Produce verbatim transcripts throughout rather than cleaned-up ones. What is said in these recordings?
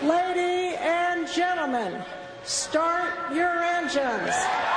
Ladies and gentlemen, start your engines.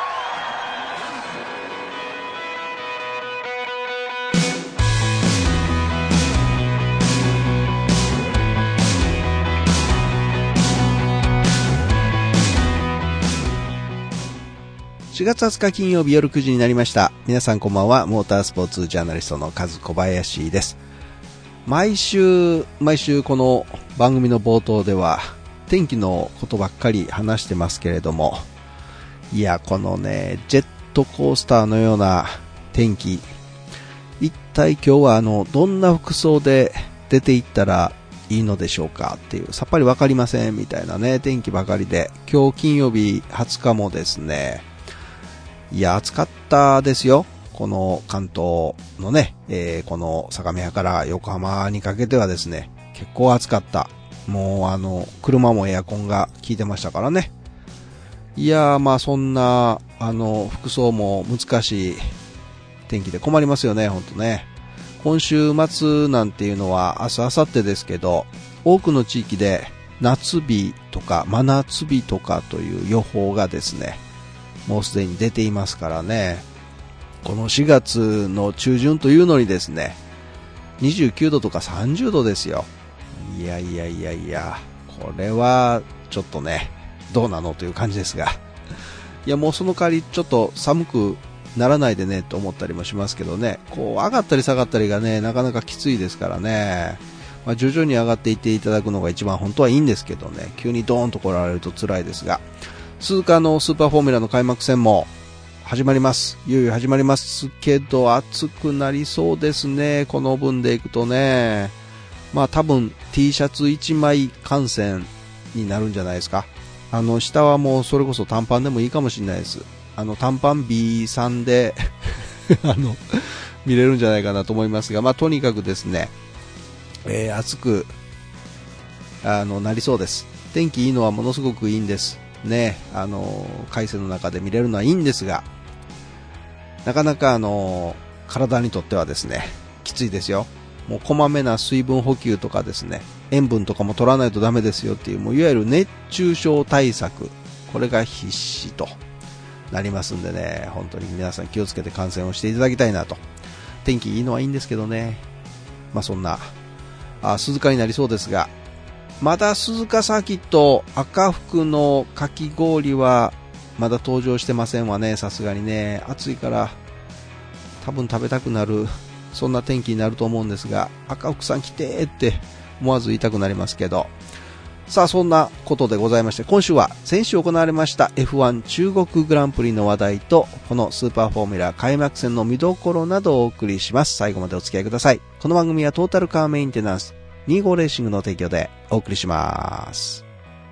しがつはつか金曜日夜くじになりました。皆さんこんばんは。モータースポーツジャーナリストのカズ小林です。毎週毎週この番組の冒頭では天気のことばっかり話してますけれども、いやこのねジェットコースターのような天気、一体今日はあのどんな服装で出ていったらいいのでしょうかっていう、さっぱりわかりませんみたいなね天気ばかりで、今日金曜日はつかもですね、いや暑かったですよ。この関東のね、えー、この相模原から横浜にかけてはですね、結構暑かった。もうあの車もエアコンが効いてましたからね。いやーまあそんなあの服装も難しい天気で困りますよね、ほんとね。今週末なんていうのは明日明後日ですけど、多くの地域で夏日とか真夏日とかという予報がですね、もうすでに出ていますからね。このしがつの中旬というのにですね、にじゅうきゅうどとかさんじゅうどですよ。いやいやいやいや、これはちょっとねどうなのという感じですが、いやもうその代わりちょっと寒くならないでねと思ったりもしますけどね、こう上がったり下がったりがねなかなかきついですからね。まあ、徐々に上がっていっていただくのが一番本当はいいんですけどね、急にドーンと来られると辛いですが、鈴鹿のスーパーフォーミュラの開幕戦も始まります。いよいよ始まりますけど、暑くなりそうですね。この分でいくとね、まあ多分 T シャツいちまい観戦になるんじゃないですか。あの下はもうそれこそ短パンでもいいかもしれないです。あの短パン ビースリー であの見れるんじゃないかなと思いますが、まあとにかくですね、えー、暑くあのなりそうです。天気いいのはものすごくいいんですね。あの快晴の中で見れるのはいいんですが、なかなかあの体にとってはですねきついですよ。もうこまめな水分補給とかですね、塩分とかも取らないとダメですよっていう、もういわゆる熱中症対策、これが必至となりますんでね、本当に皆さん気をつけて観戦をしていただきたいなと。天気いいのはいいんですけどね、まあそんなあ鈴鹿になりそうですが、まだ鈴鹿サーキット赤福のかき氷はまだ登場してませんわね。さすがにね暑いから多分食べたくなる、そんな天気になると思うんですが、赤福さん来てーって思わず言いたくなりますけど、さあそんなことでございまして、今週は先週行われました エフワン 中国グランプリの話題と、このスーパーフォーミュラ開幕戦の見どころなどをお送りします。最後までお付き合いください。この番組はトータルカーメンテナンスにじゅうごレーシングの提供でお送りします。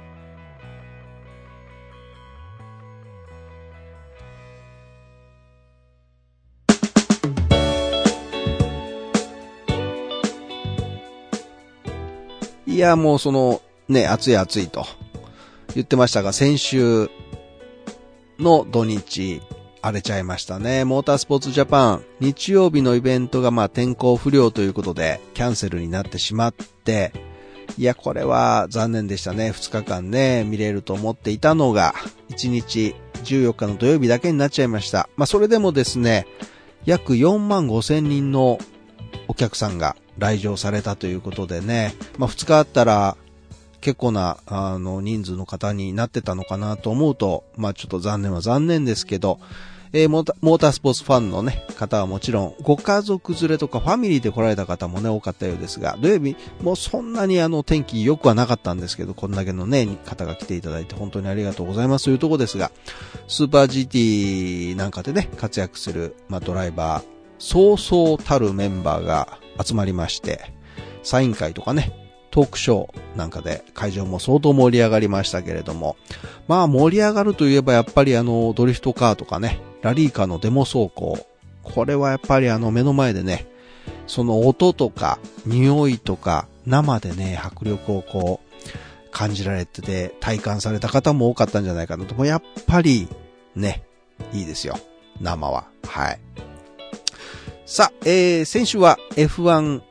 いやもうそのね暑い暑いと言ってましたが、先週の土日荒れちゃいましたね。モータースポーツジャパン日曜日のイベントがまあ天候不良ということでキャンセルになってしまって、いやこれは残念でしたね。ふつかかんね見れると思っていたのがいちにちじゅうよっかの土曜日だけになっちゃいました。まあそれでもですね、約よんまんごせんにんのお客さんが来場されたということでね、まあふつかあったら結構なあの人数の方になってたのかなと思うと、まあちょっと残念は残念ですけど、えー、モータ、モータースポーツファンのね方はもちろんご家族連れとかファミリーで来られた方もね多かったようですが、土曜日もうそんなにあの天気良くはなかったんですけど、こんだけのね方が来ていただいて本当にありがとうございますというところですが、スーパー ジーティー なんかでね活躍する、まあ、ドライバーそうそうたるメンバーが集まりまして、サイン会とかねトークショーなんかで会場も相当盛り上がりましたけれども、まあ盛り上がるといえばやっぱりあのドリフトカーとかねラリーカーのデモ走行、これはやっぱりあの目の前でねその音とか匂いとか生でね迫力をこう感じられてて体感された方も多かったんじゃないかなと。もうやっぱりねいいですよ生は。はい。さあ、えー、先週は エフワン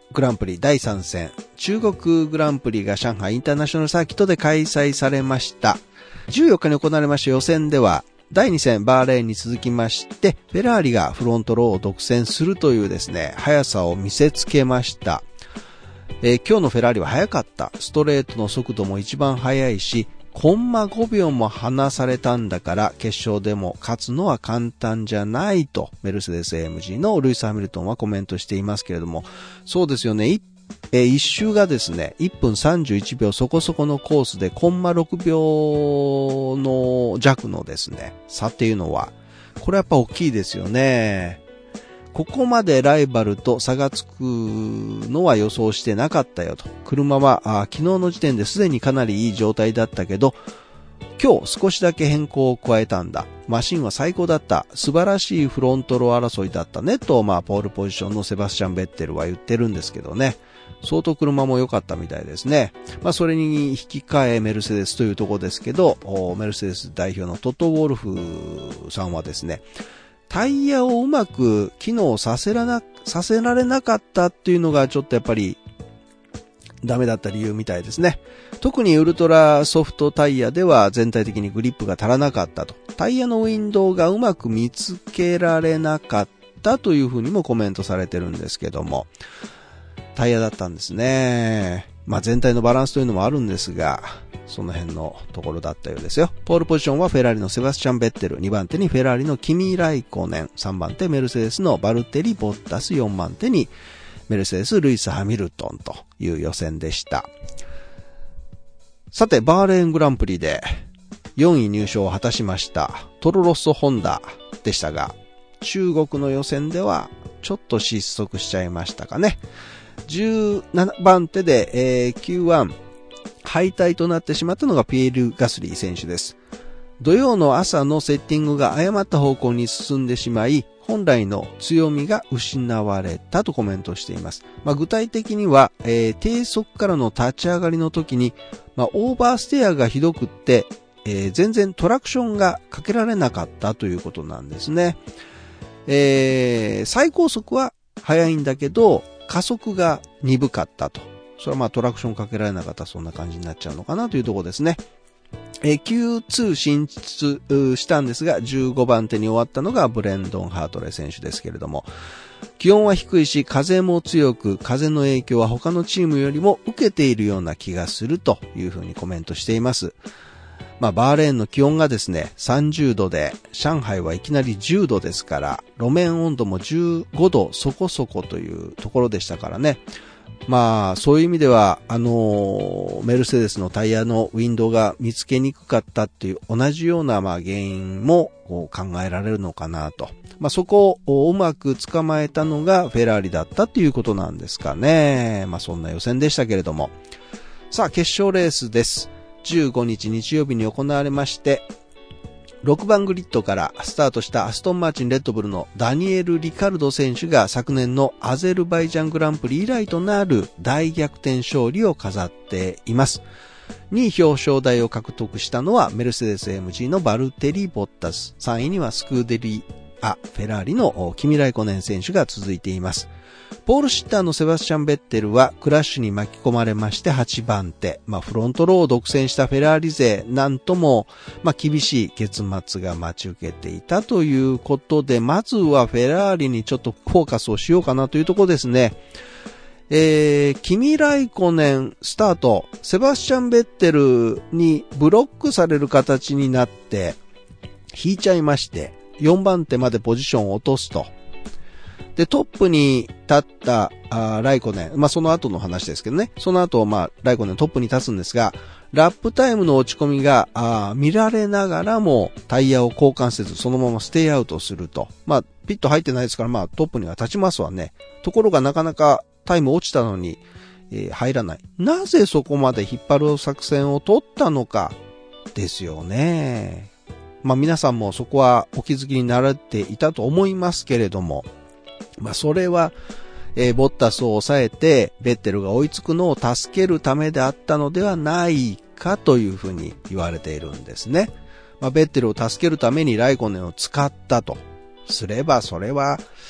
グランプリだいさん戦、中国グランプリが上海インターナショナルサーキットで開催されました。じゅうよっかに行われました予選では、だいに戦バーレーンに続きまして、フェラーリがフロントローを独占するというですね、速さを見せつけました。えー、今日のフェラーリは速かった。ストレートの速度も一番速いし、コンマごびょうも離されたんだから決勝でも勝つのは簡単じゃないとメルセデス エーエムジー のルイス・ハミルトンはコメントしていますけれども、そうですよね。いえー、一周がですね、いっぷんさんじゅういちびょうそこそこのコースでコンマろくびょうの弱のですね、差っていうのは、これやっぱ大きいですよね。ここまでライバルと差がつくのは予想してなかったよと。車はあ昨日の時点ですでにかなりいい状態だったけど、今日少しだけ変更を加えたんだ。マシンは最高だった。素晴らしいフロントロー争いだったねと、まあ、ポールポジションのセバスチャン・ベッテルは言ってるんですけどね。相当車も良かったみたいですね。まあ、それに引き換えメルセデスというところですけど、メルセデス代表のトット・ウォルフさんはですね、タイヤをうまく機能させらな、させられなかったっていうのがちょっとやっぱりダメだった理由みたいですね。特にウルトラソフトタイヤでは全体的にグリップが足らなかったと。タイヤのウィンドウがうまく見つけられなかったというふうにもコメントされてるんですけども、タイヤだったんですね。まあ全体のバランスというのもあるんですが、その辺のところだったようですよ。ポールポジションはフェラーリのセバスチャン・ベッテル、にばん手にフェラーリのキミ・ライコネン、さんばん手メルセデスのバルテリ・ボッタス、よんばん手にメルセデス・ルイス・ハミルトンという予選でした。さて、バーレーングランプリでよんい入賞を果たしましたトロロッソ・ホンダでしたが、中国の予選ではちょっと失速しちゃいましたかね。じゅうななばん手で、えー、キューワン 敗退となってしまったのがピエール・ガスリー選手です。土曜の朝のセッティングが誤った方向に進んでしまい、本来の強みが失われたとコメントしています。まあ、具体的には、えー、低速からの立ち上がりの時に、まあ、オーバーステアがひどくって、えー、全然トラクションがかけられなかったということなんですね。えー、最高速は速いんだけど、加速が鈍かったと。それはまあトラクションかけられなかったらそんな感じになっちゃうのかなというところですね。えー、キューツー 進出したんですが、じゅうごばん手に終わったのがブレンドン・ハートレー選手ですけれども、気温は低いし風も強く、風の影響は他のチームよりも受けているような気がするというふうにコメントしています。まあ、バーレーンの気温がですね、さんじゅうどで、上海はいきなりじゅうどですから、路面温度もじゅうごどそこそこというところでしたからね。まあ、そういう意味では、あの、メルセデスのタイヤのウィンドウが見つけにくかったっていう同じような、まあ、原因も考えられるのかなと。まあ、そこをうまく捕まえたのがフェラーリだったっていうことなんですかね。まあ、そんな予選でしたけれども。さあ、決勝レースです。じゅうごにち日曜日に行われまして、ろくばんグリッドからスタートしたアストンマーチンレッドブルのダニエル・リカルド選手が昨年のアゼルバイジャングランプリ以来となる大逆転勝利を飾っています。にい表彰台を獲得したのはメルセデス エムジー のバルテリ・ボッタス、さんいにはスクーデリア・フェラーリのキミ・ライコネン選手が続いています。ポールシッターのセバスチャン・ベッテルはクラッシュに巻き込まれましてはちばん手。まあフロントローを独占したフェラーリ勢、なんとも、まあ厳しい結末が待ち受けていたということで、まずはフェラーリにちょっとフォーカスをしようかなというところですね。えー、キミ・ライコネンスタート、セバスチャン・ベッテルにブロックされる形になって引いちゃいまして、よんばん手までポジションを落とすと。で、トップに立ったあライコネン、まあ、その後の話ですけどね。その後、まあ、ライコネントップに立つんですが、ラップタイムの落ち込みがあ見られながらもタイヤを交換せず、そのままステイアウトすると。まあ、ピット入ってないですから、まあ、トップには立ちますわね。ところがなかなかタイム落ちたのに、えー、入らない。なぜそこまで引っ張る作戦を取ったのか、ですよね。まあ、皆さんもそこはお気づきになられていたと思いますけれども、まあ、それは、えー、ボッタスを抑えて、ベッテルが追いつくのを助けるためであったのではないかというふうに言われているんですね。まあ、ベッテルを助けるためにライコネンを使ったとすれば、それは、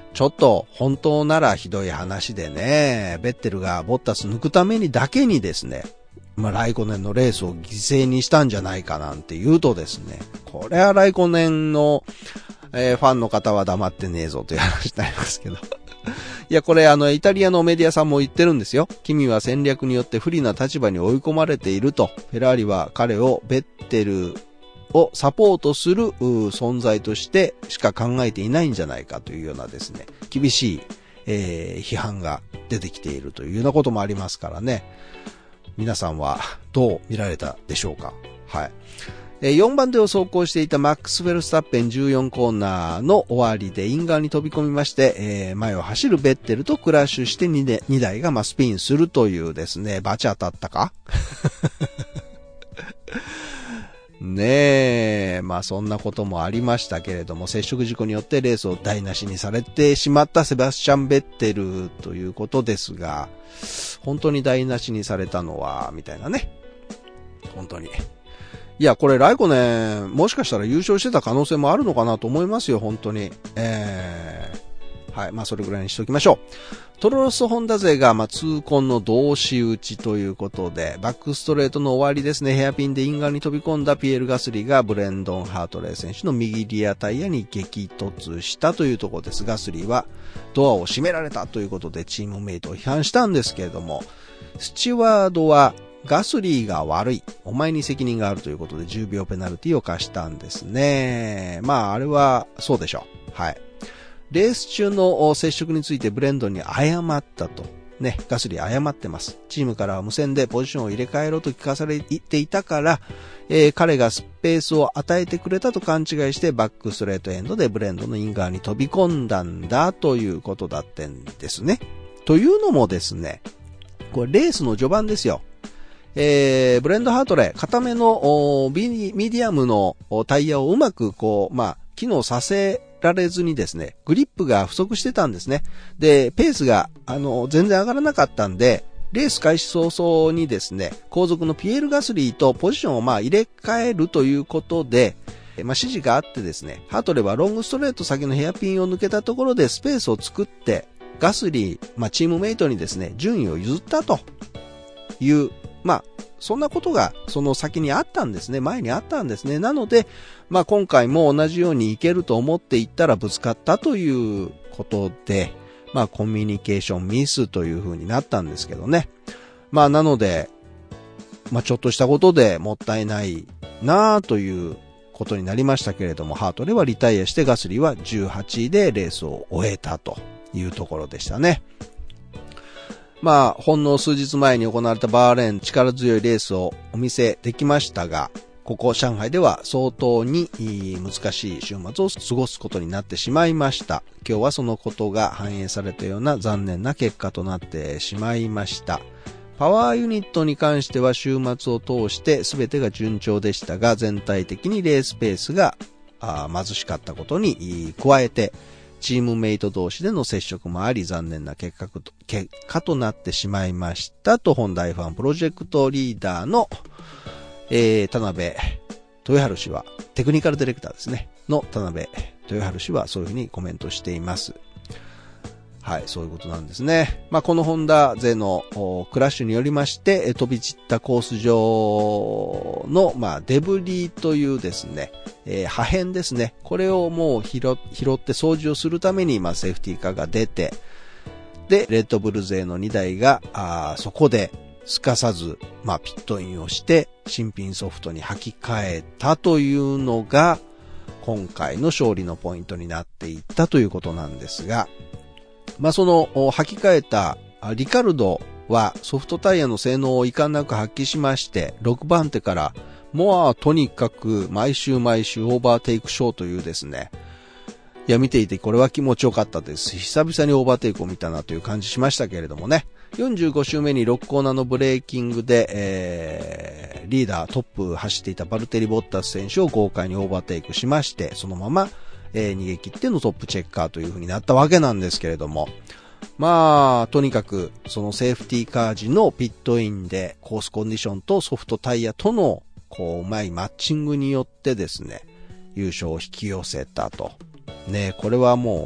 ちょっと本当ならひどい話でね、ベッテルがボッタス抜くためにだけにですね、まあ、ライコネンのレースを犠牲にしたんじゃないかなんて言うとですね、これはライコネンの、えー、ファンの方は黙ってねえぞという話になりますけど。いや、これあの、イタリアのメディアさんも言ってるんですよ。君は戦略によって不利な立場に追い込まれていると。フェラーリは彼をベッテルをサポートする存在としてしか考えていないんじゃないかというようなですね、厳しい、えー、批判が出てきているというようなこともありますからね。皆さんはどう見られたでしょうか。はい。えー、よんばん手を走行していたマックス・フェルスタッペンじゅうよんコーナーの終わりでイン側に飛び込みまして、えー、前を走るベッテルとクラッシュして 2, でにだいがまあスピンするというですね、バチ当たったかねえ、まあそんなこともありましたけれども、接触事故によってレースを台無しにされてしまったセバスチャン・ベッテルということですが、本当に台無しにされたのは、みたいなね。本当に。いや、これライコネン、もしかしたら優勝してた可能性もあるのかなと思いますよ、本当に。えー、はい、まあそれぐらいにしておきましょう。トロロスホンダ勢が、まあ、痛恨の同士打ちということで、バックストレートの終わりですね、ヘアピンでイン側に飛び込んだピエール・ガスリーがブレンドン・ハートレー選手の右リアタイヤに激突したというところです。ガスリーはドアを閉められたということでチームメイトを批判したんですけれども、スチュワードはガスリーが悪い、お前に責任があるということでじゅうびょうペナルティを課したんですね。まあ、あれはそうでしょう。はい。レース中の接触についてブレンドンに謝ったと。ね、ガスリー謝ってます。チームからは無線でポジションを入れ替えろと聞かされていたから、えー、彼がスペースを与えてくれたと勘違いしてバックストレートエンドでブレンドンのイン側に飛び込んだんだということだったんですね。というのもですね、これレースの序盤ですよ。えー、ブレンドハートレー、固めのミディアムのタイヤをうまくこう、まあ、機能させられずにですね、グリップが不足してたんですね。で、ペースが、あの、全然上がらなかったんで、レース開始早々にですね、後続のピエール・ガスリーとポジションをまあ入れ替えるということで、まあ指示があってですね、ハートレーはロングストレート先のヘアピンを抜けたところでスペースを作って、ガスリー、まあチームメイトにですね、順位を譲ったという、まあ、そんなことがその先にあったんですね。前にあったんですね。なので、まあ今回も同じようにいけると思っていったらぶつかったということで、まあコミュニケーションミスという風になったんですけどね。まあなので、まあちょっとしたことでもったいないなぁということになりましたけれども、ハートレーはリタイアしてガスリーはじゅうはちいでレースを終えたというところでしたね。まあ、ほんの数日前に行われたバーレーン力強いレースをお見せできましたが、ここ上海では相当に難しい週末を過ごすことになってしまいました。今日はそのことが反映されたような残念な結果となってしまいました。パワーユニットに関しては週末を通して全てが順調でしたが、全体的にレースペースが貧しかったことに加えて、チームメイト同士での接触もあり残念な結果と、結果となってしまいましたと、本大ファンプロジェクトリーダーの、えー、田辺豊治氏は、テクニカルディレクターですね、の田辺豊治氏はそういうふうにコメントしています。はい、そういうことなんですね。まあ、このホンダ勢のクラッシュによりまして、飛び散ったコース上の、まあ、デブリというですね、えー、破片ですね。これをもう拾って掃除をするために、まあ、セーフティーカーが出て、で、レッドブル勢のにだいが、あそこですかさず、まあ、ピットインをして、新品ソフトに履き替えたというのが、今回の勝利のポイントになっていったということなんですが、まあ、その履き替えたリカルドはソフトタイヤの性能を遺憾なく発揮しまして、ろくばん手からもうとにかく毎週毎週オーバーテイクショーというですね、いや見ていてこれは気持ちよかったです。久々にオーバーテイクを見たなという感じしましたけれどもね。よんじゅうご周目にろくコーナーのブレーキングで、えー、リーダートップ走っていたバルテリ・ボッタス選手を豪快にオーバーテイクしまして、そのままえー、逃げ切ってのトップチェッカーという風になったわけなんですけれども、まあとにかくそのセーフティーカー時のピットインでコースコンディションとソフトタイヤとのこううまいマッチングによってですね、優勝を引き寄せたとね。これはも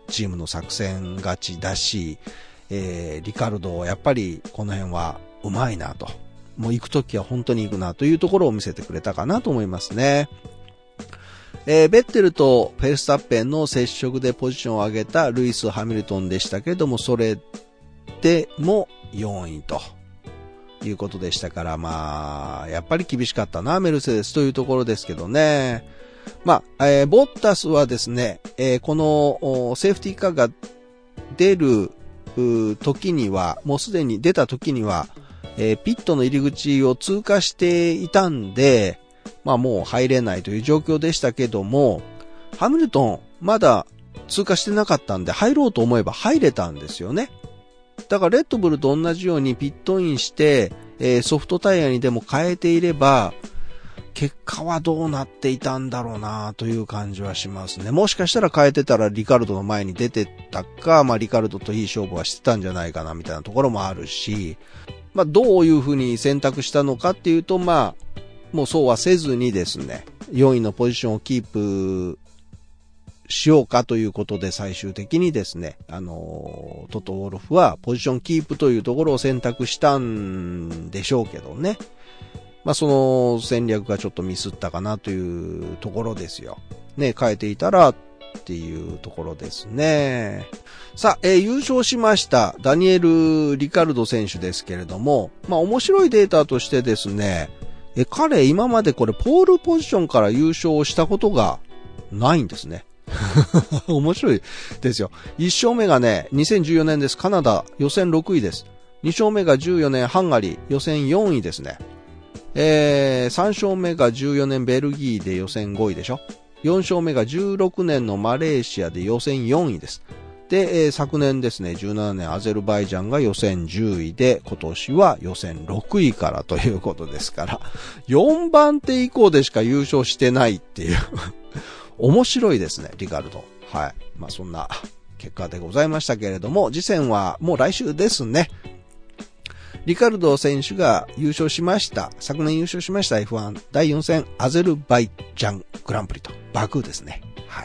チームの作戦勝ちだし、えー、リカルドやっぱりこの辺はうまいなと。もう行くときは本当に行くなというところを見せてくれたかなと思いますね。えー、ベッテルとフェルスタッペンの接触でポジションを上げたルイス・ハミルトンでしたけれども、それでもよんいということでしたから、まあ、やっぱり厳しかったな、メルセデスというところですけどね。まあ、えー、ボッタスはですね、えー、このセーフティーカーが出る時には、もうすでに出た時には、えー、ピットの入り口を通過していたんで、まあもう入れないという状況でしたけども、ハミルトンまだ通過してなかったんで入ろうと思えば入れたんですよね。だからレッドブルと同じようにピットインして、えー、ソフトタイヤにでも変えていれば、結果はどうなっていたんだろうなという感じはしますね。もしかしたら変えてたらリカルドの前に出てたか、まあリカルドといい勝負はしてたんじゃないかなみたいなところもあるし、まあどういうふうに選択したのかっていうと、まあもうそうはせずにですね、よんいのポジションをキープしようかということで最終的にですね、あの、トト・ウォルフはポジションキープというところを選択したんでしょうけどね。まあその戦略がちょっとミスったかなというところですよ。ね、変えていたらっていうところですね。さあ、えー、優勝しましたダニエル・リカルド選手ですけれども、まあ面白いデータとしてですね、え、彼今までこれポールポジションから優勝したことがないんですね。面白いですよ。いっ勝目がね、にせんじゅうよねんです。カナダ予選ろくいです。に勝目がじゅうよねんハンガリー予選よんいですね。えー、さん勝目がじゅうよねんベルギーで予選ごいでしょ。よん勝目がじゅうろくねんのマレーシアで予選よんいです。で、えー、昨年ですね、じゅうななねんアゼルバイジャンが予選じゅういで、今年は予選ろくいからということですから、よんばん手以降でしか優勝してないっていう。面白いですね、リカルド。はい。まあそんな結果でございましたけれども、次戦はもう来週ですね。リカルド選手が優勝しました。昨年優勝しました エフワン だいよん戦アゼルバイジャングランプリとバクーですね。はい。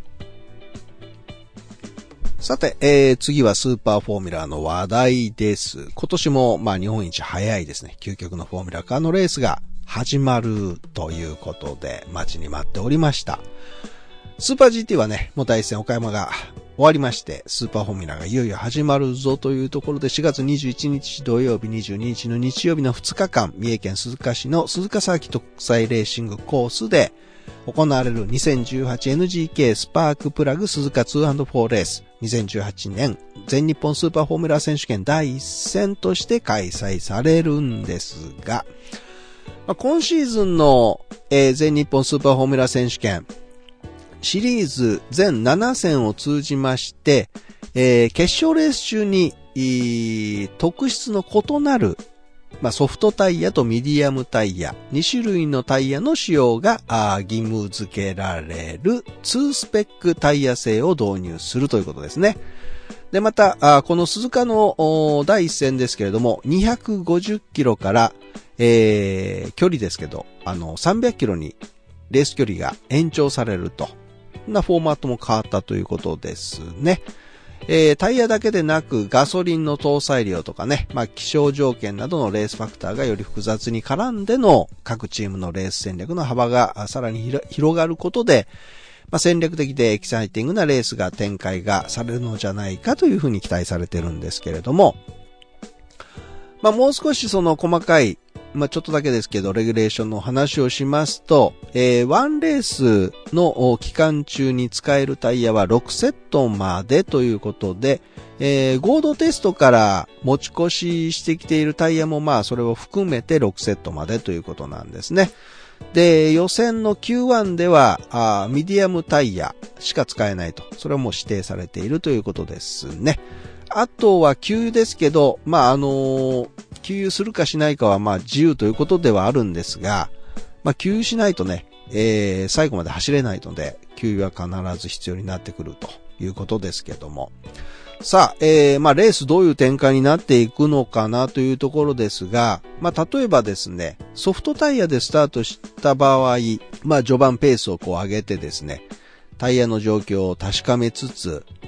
さて、えー、次はスーパーフォーミュラーの話題です。今年もまあ日本一早いですね、究極のフォーミュラカーのレースが始まるということで待ちに待っておりました。スーパー ジーティー はね、もう第一戦岡山が終わりまして、スーパーフォーミュラがいよいよ始まるぞというところで、しがつにじゅういちにち土曜日、にじゅうににちの日曜日のふつかかん、三重県鈴鹿市の鈴鹿サーキ特際レーシングコースで行われる にせんじゅうはちエヌジーケー スパークプラグ鈴鹿 ツーアンドフォー レース、にせんじゅうはちねん全日本スーパーフォーミュラ選手権だいいっ戦として開催されるんですが、まあ、今シーズンの、えー、全日本スーパーフォーミュラ選手権シリーズ全なな戦を通じまして、えー、決勝レース中に特質の異なる、まあ、ソフトタイヤとミディアムタイヤに種類のタイヤの使用が義務付けられるにスペックタイヤ製を導入するということですね。で、またこの鈴鹿のだいいっ戦ですけれどもにひゃくごじゅっキロから、えー、距離ですけどあのさんびゃっキロにレース距離が延長されると。そんなフォーマットも変わったということですね。えー、タイヤだけでなくガソリンの搭載量とかね、まあ気象条件などのレースファクターがより複雑に絡んでの各チームのレース戦略の幅がさらに広がることで、まあ、戦略的でエキサイティングなレースが展開がされるのじゃないかというふうに期待されてるんですけれども、まあもう少しその細かいまあちょっとだけですけどレギュレーションの話をしますと、えー、ワンレースの期間中に使えるタイヤはろくセットまでということで、えー、合同テストから持ち越ししてきているタイヤもまあそれを含めてろくセットまでということなんですね。で、予選の キューワン ではあミディアムタイヤしか使えないと、それはもう指定されているということですね。あとは給油ですけど、まああのー、給油するかしないかはまあ自由ということではあるんですが、まあ給油しないとね、えー、最後まで走れないので給油は必ず必要になってくるということですけども、さあ、えー、まあレースどういう展開になっていくのかなというところですが、まあ例えばですね、ソフトタイヤでスタートした場合、まあ序盤ペースをこう上げてですね、タイヤの状況を確かめつつ、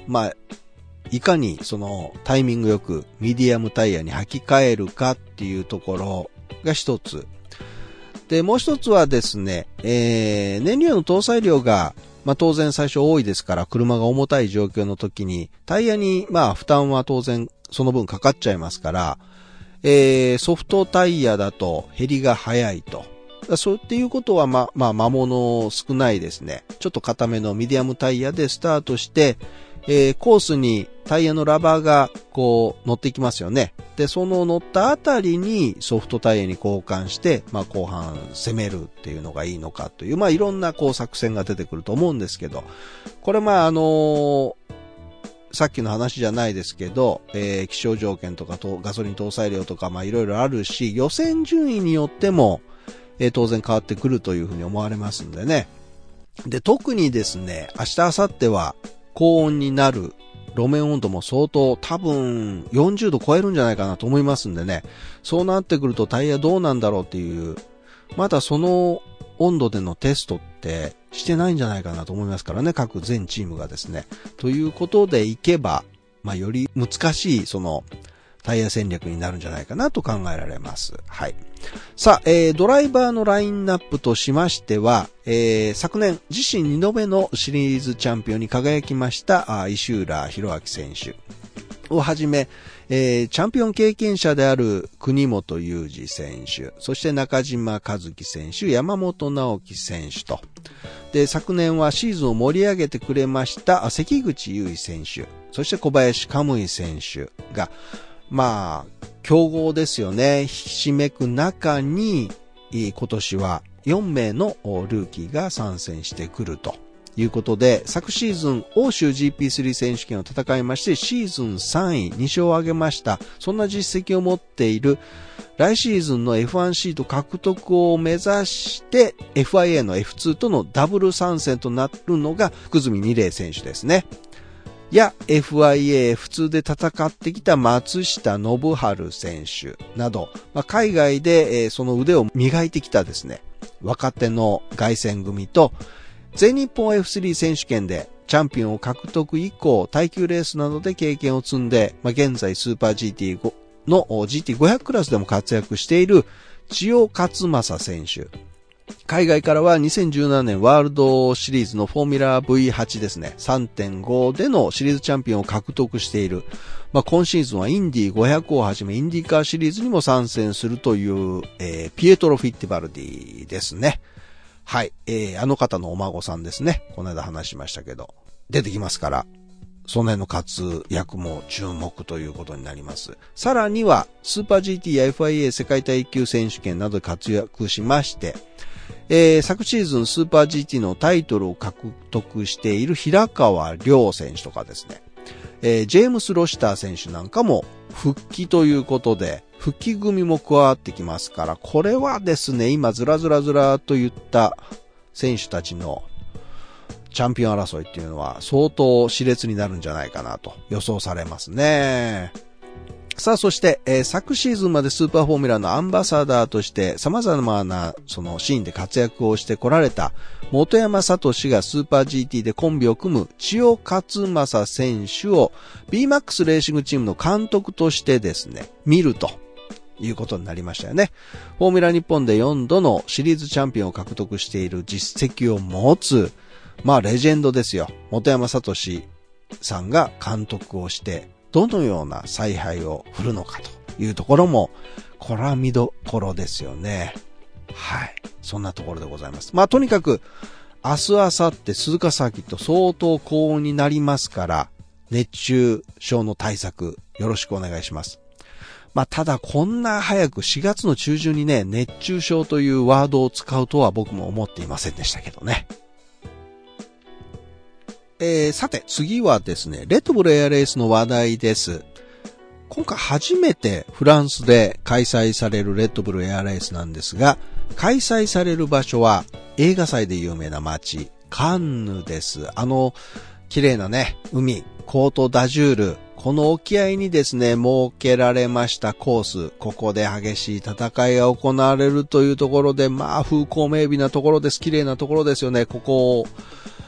まあ、いかにそのタイミングよくミディアムタイヤに履き替えるかっていうところが一つ。で、もう一つはですね、えー、燃料の搭載量が、まあ当然最初多いですから、車が重たい状況の時に、タイヤにまあ負担は当然その分かかっちゃいますから、えー、ソフトタイヤだと減りが早いと。そうっていうことは、ま、まあ、摩耗少ないですね。ちょっと硬めのミディアムタイヤでスタートして、えー、コースにタイヤのラバーがこう乗っていきますよね。で、その乗ったあたりにソフトタイヤに交換して、まあ、後半攻めるっていうのがいいのかという、まあ、いろんなこう作戦が出てくると思うんですけど、これまあ、あのー、さっきの話じゃないですけど、えー、気象条件とかとガソリン搭載量とか、まあ、いろいろあるし、予選順位によっても、えー、当然変わってくるというふうに思われますんでね。で、特にですね、明日、明後日は高温になる路面温度も相当多分よんじゅうど超えるんじゃないかなと思いますんでね。そうなってくるとタイヤどうなんだろうっていう、まだその温度でのテストってしてないんじゃないかなと思いますからね、各全チームがですね。ということでいけば、まあ、より難しいそのタイヤ戦略になるんじゃないかなと考えられます。はい。さあ、えー、ドライバーのラインナップとしましては、えー、昨年自身にどめのシリーズチャンピオンに輝きました石浦博明選手をはじめ、えー、チャンピオン経験者である国本裕二選手、そして中島和樹選手、山本直樹選手と、で、昨年はシーズンを盛り上げてくれました関口優衣選手、そして小林可夢偉選手が、まあ、強豪ですよね。引き締めく中に、今年はよんめいのルーキーが参戦してくるということで、昨シーズン欧州 ジーピースリー 選手権を戦いまして、シーズンさんい、に勝を挙げました。そんな実績を持っている、来シーズンの エフワン シート獲得を目指して、エフアイエー の エフツー とのダブル参戦となるのが福住二玲選手ですね。や エフアイエー、エフツー で戦ってきた松下信春選手など、まあ、海外で、えー、その腕を磨いてきたですね、若手の凱旋組と、全日本 エフスリー 選手権でチャンピオンを獲得以降、耐久レースなどで経験を積んで、まあ、現在スーパー ジーティーご の ジーティーごひゃく クラスでも活躍している千代勝正選手。海外からはにせんじゅうななねんワールドシリーズのフォーミュラー ブイはち ですね。さんてんご でのシリーズチャンピオンを獲得している。まあ、今シーズンはインディーごひゃくをはじめインディーカーシリーズにも参戦するという、えー、ピエトロ・フィッティバルディですね。はい。えー、あの方のお孫さんですね。この間話しましたけど。出てきますから。その辺の活躍も注目ということになります。さらには、スーパー ジーティー や エフアイエー 世界耐久選手権などで活躍しまして、えー、昨シーズンスーパー ジーティー のタイトルを獲得している平川亮選手とかですね、えー、ジェームス・ロシター選手なんかも復帰ということで、復帰組も加わってきますから、これはですね、今ずらずらずらといった選手たちのチャンピオン争いっていうのは相当熾烈になるんじゃないかなと予想されますね。さあ、そして、えー、昨シーズンまでスーパーフォーミュラのアンバサダーとして様々なそのシーンで活躍をしてこられた本山聡がスーパー ジーティー でコンビを組む千代勝正選手を ビーマックス レーシングチームの監督としてですね、見るということになりましたよね。フォーミュラ日本でよんどのシリーズチャンピオンを獲得している実績を持つ、まあレジェンドですよ。本山聡さんが監督をして、どのような采配を振るのかというところも、これは見どころですよね。はい。そんなところでございます。まあとにかく、明日、明後日、鈴鹿サーキット相当高温になりますから、熱中症の対策、よろしくお願いします。まあただこんな早くしがつの中旬にね、熱中症というワードを使うとは僕も思っていませんでしたけどね。えー、さて次はですね、レッドブルエアレースの話題です。今回初めてフランスで開催されるレッドブルエアレースなんですが、開催される場所は映画祭で有名な街、カンヌです。あの、綺麗なね、海、コートダジュール、この沖合にですね、設けられましたコース、ここで激しい戦いが行われるというところで、まあ風光明媚なところです。綺麗なところですよね、ここ。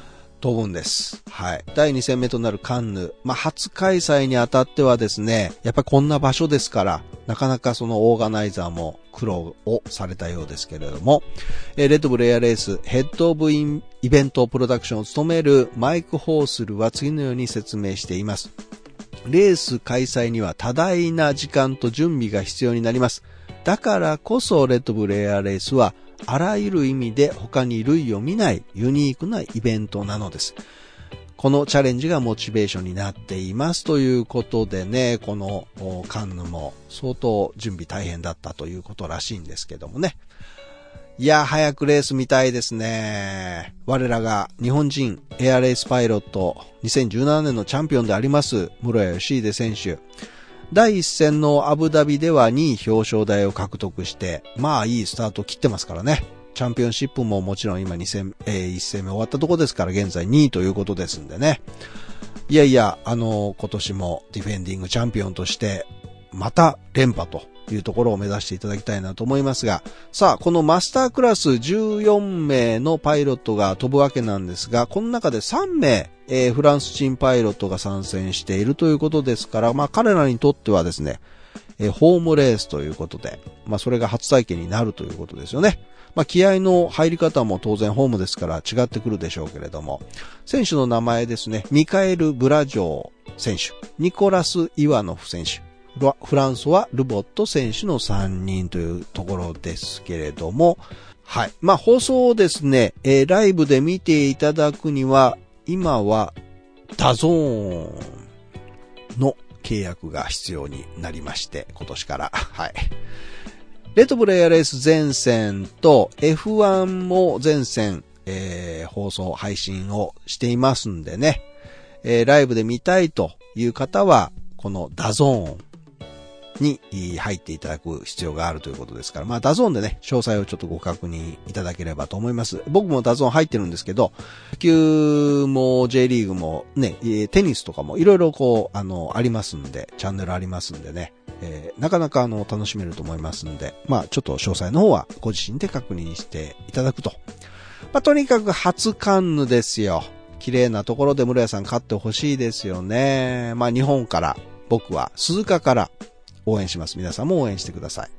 飛ぶんです。はい。だいに戦目となるカンヌ。まあ、初開催にあたってはですね、やっぱりこんな場所ですから、なかなかそのオーガナイザーも苦労をされたようですけれども、えー、レッドブルエアレースヘッドオブインイベントプロダクションを務めるマイク・ホースルは次のように説明しています。レース開催には多大な時間と準備が必要になります。だからこそレッドブルエアレースはあらゆる意味で他に類を見ないユニークなイベントなのです。このチャレンジがモチベーションになっていますということでね、このカンヌも相当準備大変だったということらしいんですけどもね。いや、早くレース見たいですね。我らが日本人エアレースパイロットにせんじゅうななねんのチャンピオンであります室谷義秀選手。だいいっ戦のアブダビではにい表彰台を獲得して、まあいいスタートを切ってますからね。チャンピオンシップももちろん今に戦、えー、いち戦目終わったとこですから現在にいということですんでね。いやいや、あの、今年もディフェンディングチャンピオンとして、また連覇というところを目指していただきたいなと思いますが、さあ、このマスタークラスじゅうよんめいのパイロットが飛ぶわけなんですが、この中でさんめい、えー、フランス人パイロットが参戦しているということですから、まあ彼らにとってはですね、えー、ホームレースということで、まあそれが初体験になるということですよね。まあ気合の入り方も当然ホームですから違ってくるでしょうけれども、選手の名前ですね、ミカエル・ブラジョー選手、ニコラス・イワノフ選手、フランソワ・ルボット選手のさんにんというところですけれども、はい。まあ放送をですね、えー、ライブで見ていただくには、今はダゾーンの契約が必要になりまして、今年から。はい。レッドブルエアレース全戦と エフワン も全戦、えー、放送配信をしていますんでね、えー、ライブで見たいという方はこのダゾーンに入っていただく必要があるということですから、まあダゾーンでね、詳細をちょっとご確認いただければと思います。僕もダゾーン入ってるんですけど、野球も J リーグもね、テニスとかもいろいろこう、あの、ありますんで、チャンネルありますんでね、えー、なかなかあの、楽しめると思いますんで、まあちょっと詳細の方はご自身で確認していただくと。まあとにかく初カンヌですよ。綺麗なところで室谷さん勝ってほしいですよね。まあ日本から、僕は鈴鹿から、応援します。皆さんも応援してください。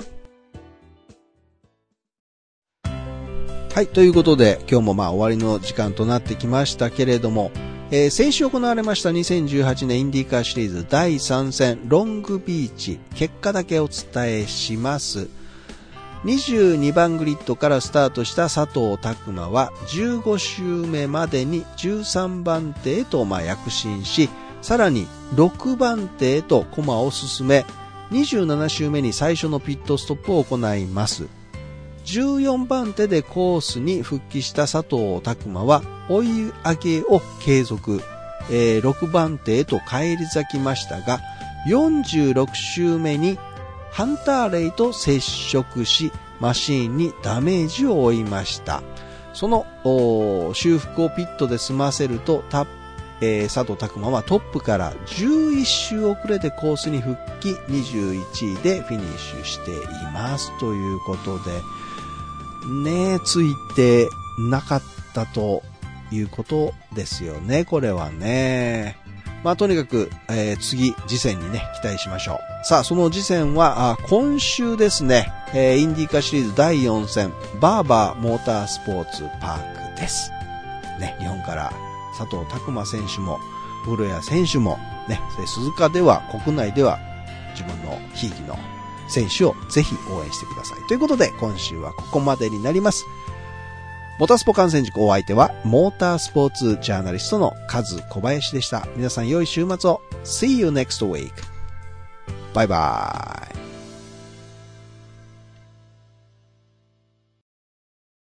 はい。ということで、今日もまあ終わりの時間となってきましたけれども、えー、先週行われましたにせんじゅうはちねんインディーカーシリーズだいさん戦ロングビーチ、結果だけお伝えします。にじゅうにばんグリッドからスタートした佐藤拓磨はじゅうご周目までにじゅうさんばん手へとまあ躍進し、さらにろくばん手へと駒を進め、にじゅうなな周目に最初のピットストップを行います。じゅうよんばん手でコースに復帰した佐藤拓磨は追い上げを継続、えー、ろくばん手へと返り咲きましたが、よんじゅうろく周目にハンターレイと接触し、マシーンにダメージを負いました。その修復をピットで済ませると、タッえー、佐藤拓磨はトップからじゅういち周遅れでコースに復帰、にじゅういちいでフィニッシュしていますということで、ねえ、ついてなかったということですよね、これはね。まあとにかく、えー、次次戦にね期待しましょう。さあ、その次戦はあ今週ですね、えー、インディーカシリーズだいよん戦バーバーモータースポーツパークです。ね、日本から佐藤拓磨選手も室谷選手もね、鈴鹿では国内では自分のひいきの選手をぜひ応援してください。ということで今週はここまでになります。モータースポ観戦塾お相手はモータースポーツジャーナリストのカズ小林でした。皆さん良い週末を。See you next week. バイバイ。